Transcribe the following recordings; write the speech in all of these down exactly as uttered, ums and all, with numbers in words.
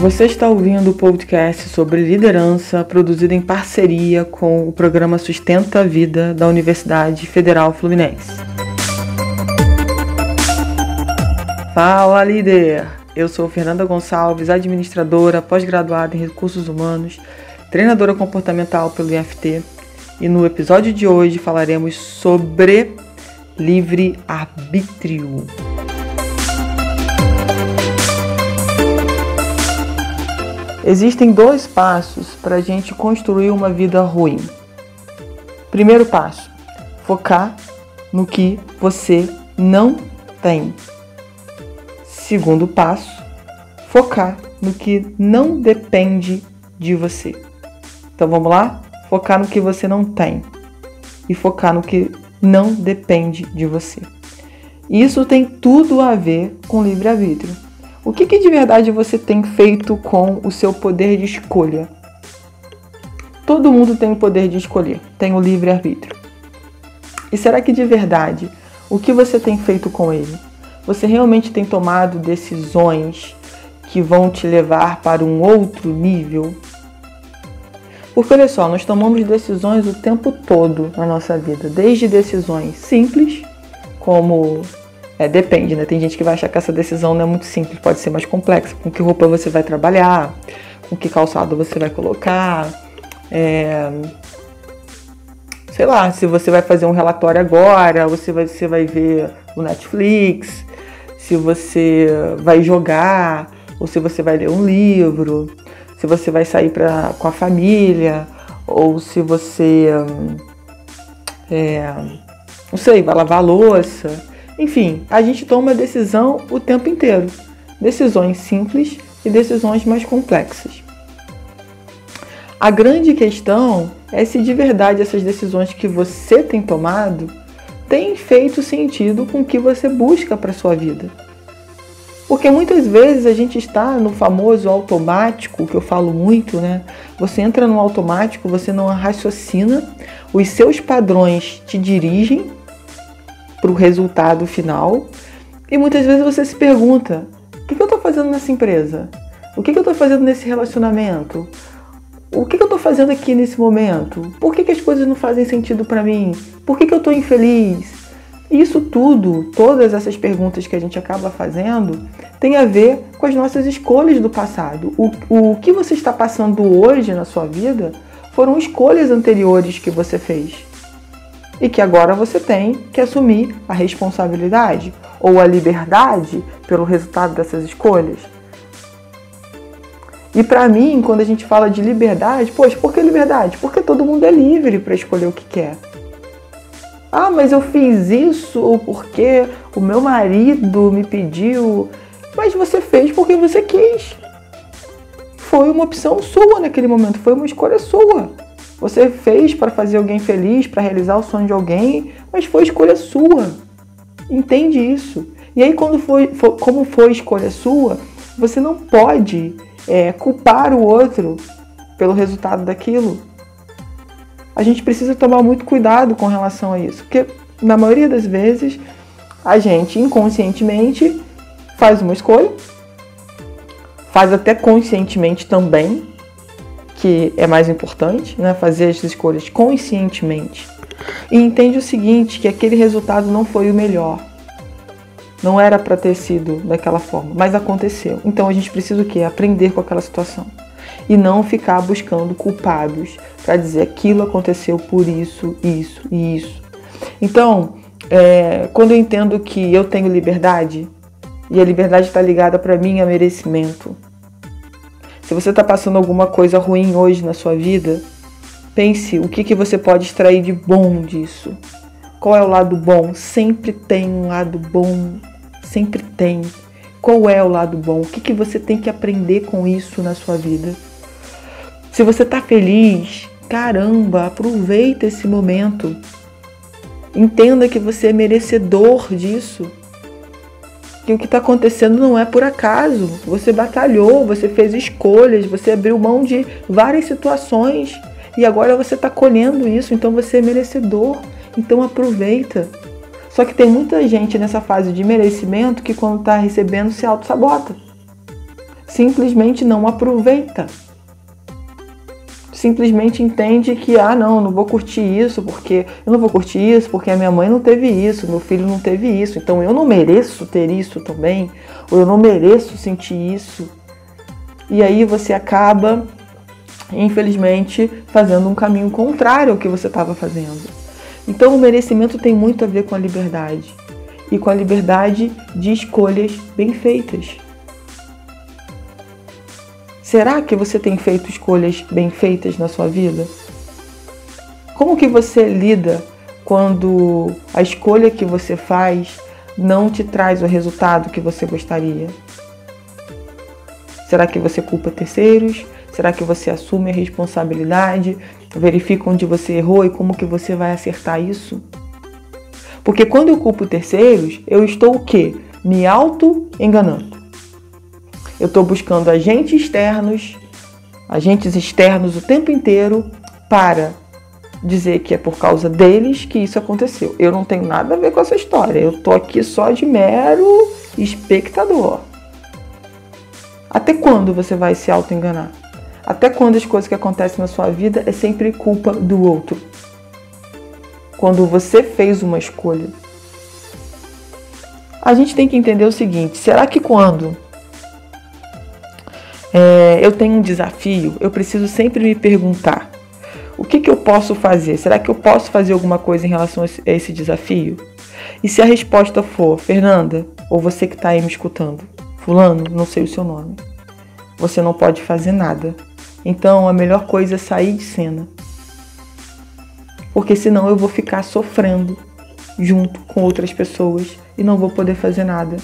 Você está ouvindo o podcast sobre liderança, produzido em parceria com o programa Sustenta a Vida da Universidade Federal Fluminense. Fala, líder! Eu sou Fernanda Gonçalves, administradora, pós-graduada em Recursos Humanos, treinadora comportamental pelo I F T, e no episódio de hoje falaremos sobre livre-arbítrio. Existem dois passos para a gente construir uma vida ruim. Primeiro passo, focar no que você não tem. Segundo passo, focar no que não depende de você. Então vamos lá? Focar no que você não tem e focar no que não depende de você. Isso tem tudo a ver com livre-arbítrio. O que, que de verdade você tem feito com o seu poder de escolha? Todo mundo tem o poder de escolher, tem o livre-arbítrio. E será que de verdade, o que você tem feito com ele? Você realmente tem tomado decisões que vão te levar para um outro nível? Porque olha só, nós tomamos decisões o tempo todo na nossa vida, desde decisões simples, como... É, depende, né? Tem gente que vai achar que essa decisão não é muito simples, pode ser mais complexa. Com que roupa você vai trabalhar, com que calçado você vai colocar, é... sei lá, se você vai fazer um relatório agora, você vai, você vai ver o Netflix, se você vai jogar, ou se você vai ler um livro, se você vai sair pra, com a família, ou se você, é... não sei, vai lavar a louça. Enfim, a gente toma decisão o tempo inteiro. Decisões simples e decisões mais complexas. A grande questão é se de verdade essas decisões que você tem tomado têm feito sentido com o que você busca para a sua vida. Porque muitas vezes a gente está no famoso automático, que eu falo muito, né? Você entra no automático, você não raciocina, os seus padrões te dirigem para o resultado final, e muitas vezes você se pergunta: o que, que eu estou fazendo nessa empresa? O que, que eu estou fazendo nesse relacionamento? O que, que eu estou fazendo aqui nesse momento? Por que, que as coisas não fazem sentido para mim? Por que, que eu estou infeliz? Isso tudo, todas essas perguntas que a gente acaba fazendo, tem a ver com as nossas escolhas do passado. O, o que você está passando hoje na sua vida foram escolhas anteriores que você fez. E que agora você tem que assumir a responsabilidade ou a liberdade pelo resultado dessas escolhas. E para mim, quando a gente fala de liberdade, poxa, por que liberdade? Porque todo mundo é livre para escolher o que quer. Ah, mas eu fiz isso porque o meu marido me pediu. Mas você fez porque você quis. Foi uma opção sua naquele momento, foi uma escolha sua. Você fez para fazer alguém feliz, para realizar o sonho de alguém, mas foi escolha sua. Entende isso? E aí, quando foi, for, como foi escolha sua, você não pode é, culpar o outro pelo resultado daquilo. A gente precisa tomar muito cuidado com relação a isso, porque na maioria das vezes a gente inconscientemente faz uma escolha, faz até conscientemente também, que é mais importante, né? Fazer as escolhas conscientemente. E entende o seguinte, que aquele resultado não foi o melhor. Não era para ter sido daquela forma, mas aconteceu. Então a gente precisa o quê? Aprender com aquela situação. E não ficar buscando culpados para dizer aquilo aconteceu por isso, isso e isso. Então, é, quando eu entendo que eu tenho liberdade, e a liberdade está ligada para mim a merecimento. Se você está passando alguma coisa ruim hoje na sua vida, pense o que, que você pode extrair de bom disso. Qual é o lado bom? Sempre tem um lado bom. Sempre tem. Qual é o lado bom? O que, que você tem que aprender com isso na sua vida? Se você está feliz, caramba, aproveita esse momento. Entenda que você é merecedor disso. Que o que está acontecendo não é por acaso. Você batalhou, você fez escolhas, você abriu mão de várias situações e agora você está colhendo isso, então você é merecedor. Então aproveita. Só que tem muita gente nessa fase de merecimento que quando está recebendo se auto-sabota. simplesmente não aproveita. Simplesmente entende que, ah, não, eu não vou curtir isso, porque eu não vou curtir isso, porque a minha mãe não teve isso, meu filho não teve isso, então eu não mereço ter isso também, ou eu não mereço sentir isso. E aí você acaba, infelizmente, fazendo um caminho contrário ao que você estava fazendo. Então o merecimento tem muito a ver com a liberdade, e com a liberdade de escolhas bem feitas. Será que você tem feito escolhas bem feitas na sua vida? Como que você lida quando a escolha que você faz não te traz o resultado que você gostaria? Será que você culpa terceiros? Será que você assume a responsabilidade? Verifica onde você errou e como que você vai acertar isso? Porque quando eu culpo terceiros, eu estou o quê? Me auto-enganando. Eu estou buscando agentes externos, agentes externos o tempo inteiro para dizer que é por causa deles que isso aconteceu. Eu não tenho nada a ver com essa história. Eu estou aqui só de mero espectador. Até quando você vai se auto-enganar? Até quando as coisas que acontecem na sua vida é sempre culpa do outro? Quando você fez uma escolha. A gente tem que entender o seguinte, será que quando é, eu tenho um desafio, eu preciso sempre me perguntar, o que, que eu posso fazer? Será que eu posso fazer alguma coisa em relação a esse desafio? E se a resposta for, Fernanda, ou você que está aí me escutando, fulano, não sei o seu nome, você não pode fazer nada. Então a melhor coisa é sair de cena. Porque senão eu vou ficar sofrendo junto com outras pessoas e não vou poder fazer nada.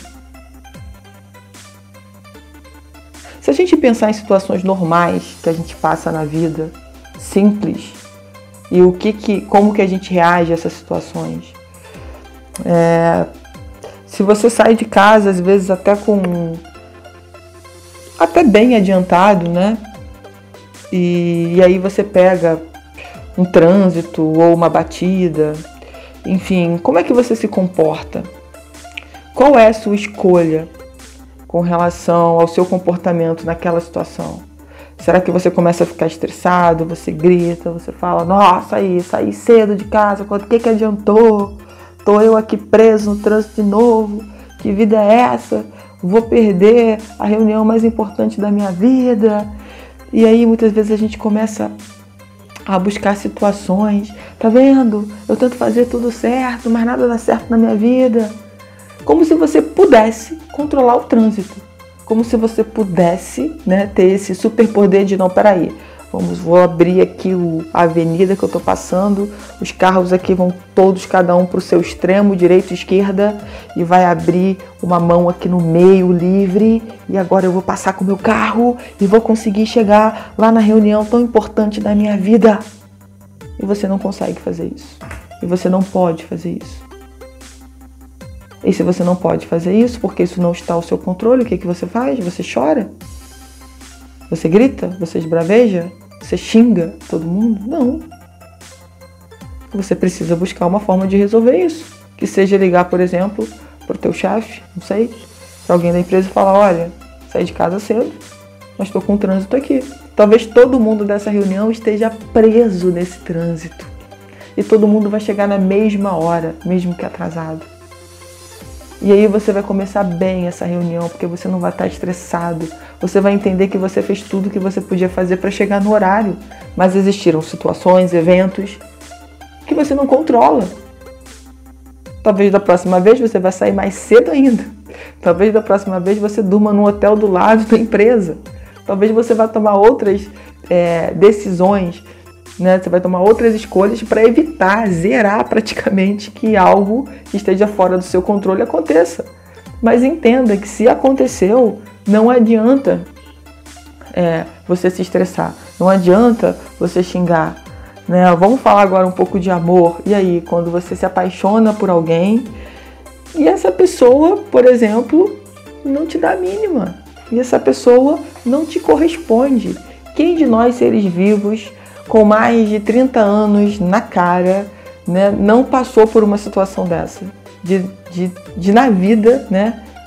Se a gente pensar em situações normais que a gente passa na vida, simples, e o que que, como que a gente reage a essas situações. É, se você sai de casa, às vezes até com até bem adiantado, né? E, e aí você pega um trânsito ou uma batida, enfim, como é que você se comporta? Qual é a sua escolha com relação ao seu comportamento naquela situação? Será que você começa a ficar estressado, você grita, você fala, nossa, aí, saí cedo de casa, o que que adiantou? Tô eu aqui preso no trânsito de novo, que vida é essa? Vou perder a reunião mais importante da minha vida. E aí muitas vezes a gente começa a buscar situações, tá vendo? Eu tento fazer tudo certo, mas nada dá certo na minha vida. Como se você pudesse controlar o trânsito. Como se você pudesse, né, ter esse superpoder de não, peraí, vamos, vou abrir aqui o, a avenida que eu tô passando, os carros aqui vão todos, cada um para o seu extremo, direita e esquerda, e vai abrir uma mão aqui no meio, livre, e agora eu vou passar com o meu carro e vou conseguir chegar lá na reunião tão importante da minha vida. E você não consegue fazer isso. E você não pode fazer isso. E se você não pode fazer isso, porque isso não está ao seu controle, o que, que você faz? Você chora? Você grita? Você esbraveja? Você xinga todo mundo? Não. Você precisa buscar uma forma de resolver isso. Que seja ligar, por exemplo, para o teu chefe, não sei, para alguém da empresa e falar, olha, saí de casa cedo, mas estou com trânsito aqui. Talvez todo mundo dessa reunião esteja preso nesse trânsito. E todo mundo vai chegar na mesma hora, mesmo que atrasado. E aí você vai começar bem essa reunião, porque você não vai estar estressado. Você vai entender que você fez tudo o que você podia fazer para chegar no horário. Mas existiram situações, eventos que você não controla. Talvez da próxima vez você vai sair mais cedo ainda. Talvez da próxima vez você durma num hotel do lado da empresa. Talvez você vá tomar outras é, decisões, né? Você vai tomar outras escolhas para evitar, zerar praticamente que algo que esteja fora do seu controle aconteça. Mas entenda que se aconteceu, não adianta é, você se estressar, não adianta você xingar. Né? Vamos falar agora um pouco de amor. E aí, quando você se apaixona por alguém e essa pessoa, por exemplo, não te dá a mínima. E essa pessoa não te corresponde. Quem de nós, seres vivos, com mais de trinta anos na cara, né, não passou por uma situação dessa? De, de, de na vida, né,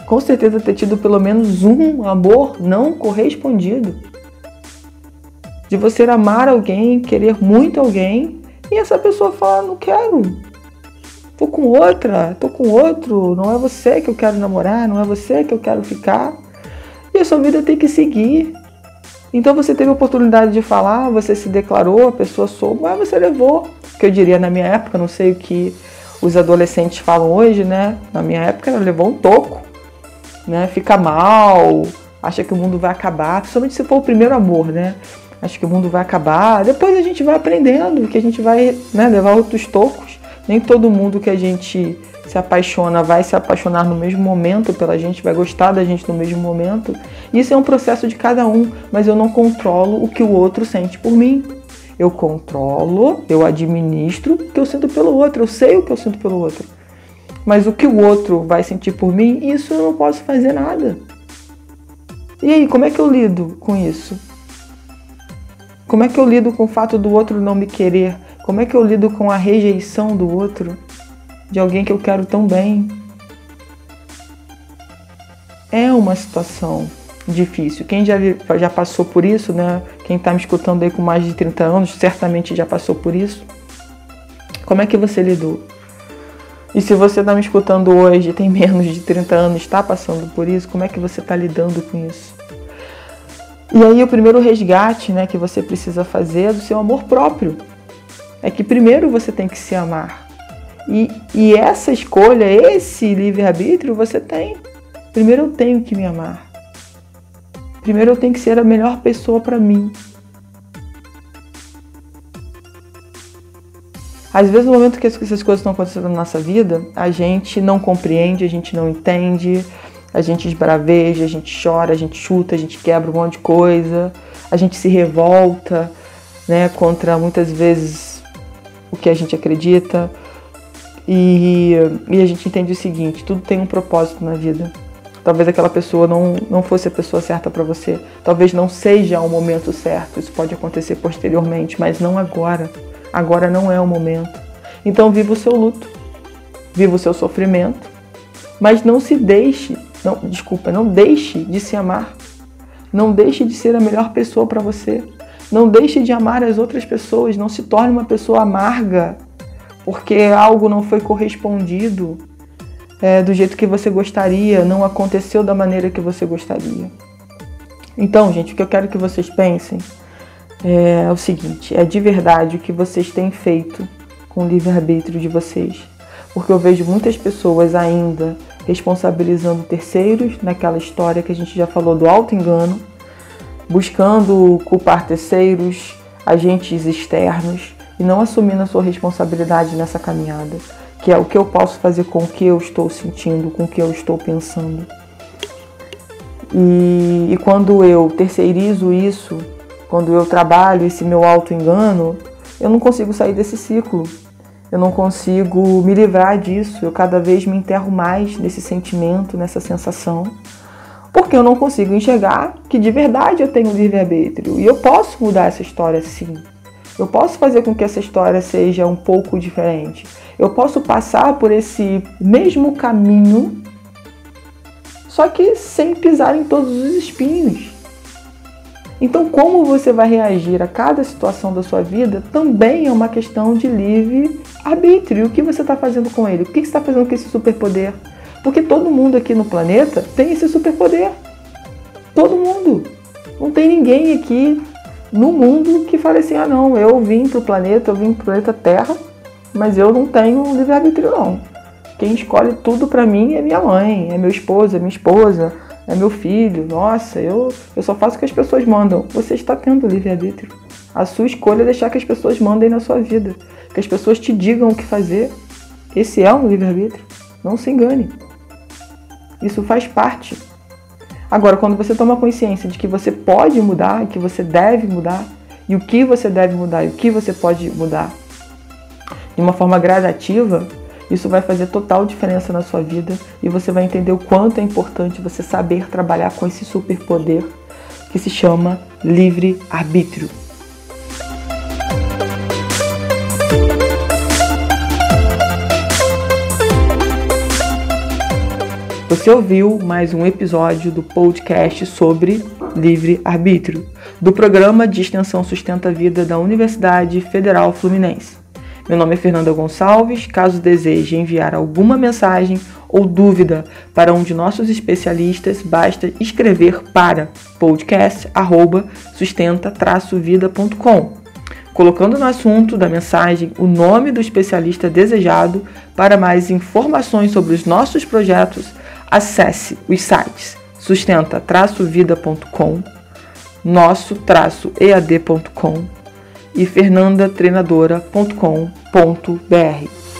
com certeza ter tido pelo menos um amor não correspondido. De você amar alguém, querer muito alguém, e essa pessoa falar, não quero. Tô com outra, tô com outro, não é você que eu quero namorar, não é você que eu quero ficar. E a sua vida tem que seguir. Então você teve a oportunidade de falar, você se declarou, a pessoa soube, mas você levou. Que eu diria na minha época, não sei o que os adolescentes falam hoje, né? Na minha época ela levou um toco, né? Fica mal, acha que o mundo vai acabar, principalmente se for o primeiro amor, né? Acha que o mundo vai acabar. Depois a gente vai aprendendo, que a gente vai, né, levar outros tocos. Nem todo mundo que a gente se apaixona vai se apaixonar no mesmo momento pela gente, vai gostar da gente no mesmo momento. Isso é um processo de cada um, mas eu não controlo o que o outro sente por mim. Eu controlo, eu administro o que eu sinto pelo outro, eu sei o que eu sinto pelo outro. Mas o que o outro vai sentir por mim, isso eu não posso fazer nada. E aí, como é que eu lido com isso? Como é que eu lido com o fato do outro não me querer? Como é que eu lido com a rejeição do outro? De alguém que eu quero tão bem? É uma situação difícil. Quem já, já passou por isso, né? Quem está me escutando aí com mais de trinta anos, certamente já passou por isso. Como é que você lidou? E se você está me escutando hoje, tem menos de trinta anos, está passando por isso, como é que você está lidando com isso? E aí o primeiro resgate, né, que você precisa fazer é do seu amor próprio. É que primeiro você tem que se amar. E, e essa escolha, esse livre-arbítrio você tem. Primeiro eu tenho que me amar. Primeiro eu tenho que ser a melhor pessoa para mim. Às vezes no momento que essas coisas estão acontecendo na nossa vida, a gente não compreende, a gente não entende, a gente esbraveja, a gente chora, a gente chuta, a gente quebra um monte de coisa, a gente se revolta, né, contra muitas vezes o que a gente acredita. E, e a gente entende o seguinte, tudo tem um propósito na vida. Talvez aquela pessoa não, não fosse a pessoa certa para você. Talvez não seja o momento certo. Isso pode acontecer posteriormente, mas não agora. Agora não é o momento. Então viva o seu luto. Viva o seu sofrimento. Mas não se deixe, não, desculpa, não deixe de se amar. Não deixe de ser a melhor pessoa para você. Não deixe de amar as outras pessoas. Não se torne uma pessoa amarga porque algo não foi correspondido é, do jeito que você gostaria, não aconteceu da maneira que você gostaria. Então, gente, o que eu quero que vocês pensem é o seguinte, é de verdade o que vocês têm feito com o livre-arbítrio de vocês. Porque eu vejo muitas pessoas ainda responsabilizando terceiros naquela história que a gente já falou do auto-engano, buscando culpar terceiros, agentes externos, e não assumindo a sua responsabilidade nessa caminhada, que é o que eu posso fazer com o que eu estou sentindo, com o que eu estou pensando. E, e quando eu terceirizo isso, quando eu trabalho esse meu auto-engano, eu não consigo sair desse ciclo, eu não consigo me livrar disso, eu cada vez me enterro mais nesse sentimento, nessa sensação, porque eu não consigo enxergar que de verdade eu tenho livre-arbítrio, e eu posso mudar essa história sim. Eu posso fazer com que essa história seja um pouco diferente. Eu posso passar por esse mesmo caminho, só que sem pisar em todos os espinhos. Então, como você vai reagir a cada situação da sua vida também é uma questão de livre-arbítrio. O que você está fazendo com ele? O que você está fazendo com esse superpoder? Porque todo mundo aqui no planeta tem esse superpoder. Todo mundo. Não tem ninguém aqui no mundo que fala assim, ah não, eu vim pro planeta, eu vim pro planeta Terra, mas eu não tenho livre-arbítrio não. Quem escolhe tudo pra mim é minha mãe, é meu esposo, é minha esposa, é meu filho. Nossa, eu, eu só faço o que as pessoas mandam. Você está tendo livre-arbítrio. A sua escolha é deixar que as pessoas mandem na sua vida, que as pessoas te digam o que fazer. Esse é um livre-arbítrio. Não se engane. Isso faz parte. Agora, quando você toma consciência de que você pode mudar, que você deve mudar, e o que você deve mudar, e o que você pode mudar, de uma forma gradativa, isso vai fazer total diferença na sua vida e você vai entender o quanto é importante você saber trabalhar com esse superpoder que se chama livre-arbítrio. Você ouviu mais um episódio do podcast sobre livre-arbítrio, do programa de extensão Sustenta a Vida da Universidade Federal Fluminense. Meu nome é Fernanda Gonçalves. Caso deseje enviar alguma mensagem ou dúvida para um de nossos especialistas, basta escrever para podcast arroba sustenta traço vida ponto com, colocando no assunto da mensagem o nome do especialista desejado. Para mais informações sobre os nossos projetos, acesse os sites sustenta traço vida ponto com, nosso traço e a d ponto com e fernanda treinadora ponto com ponto b r.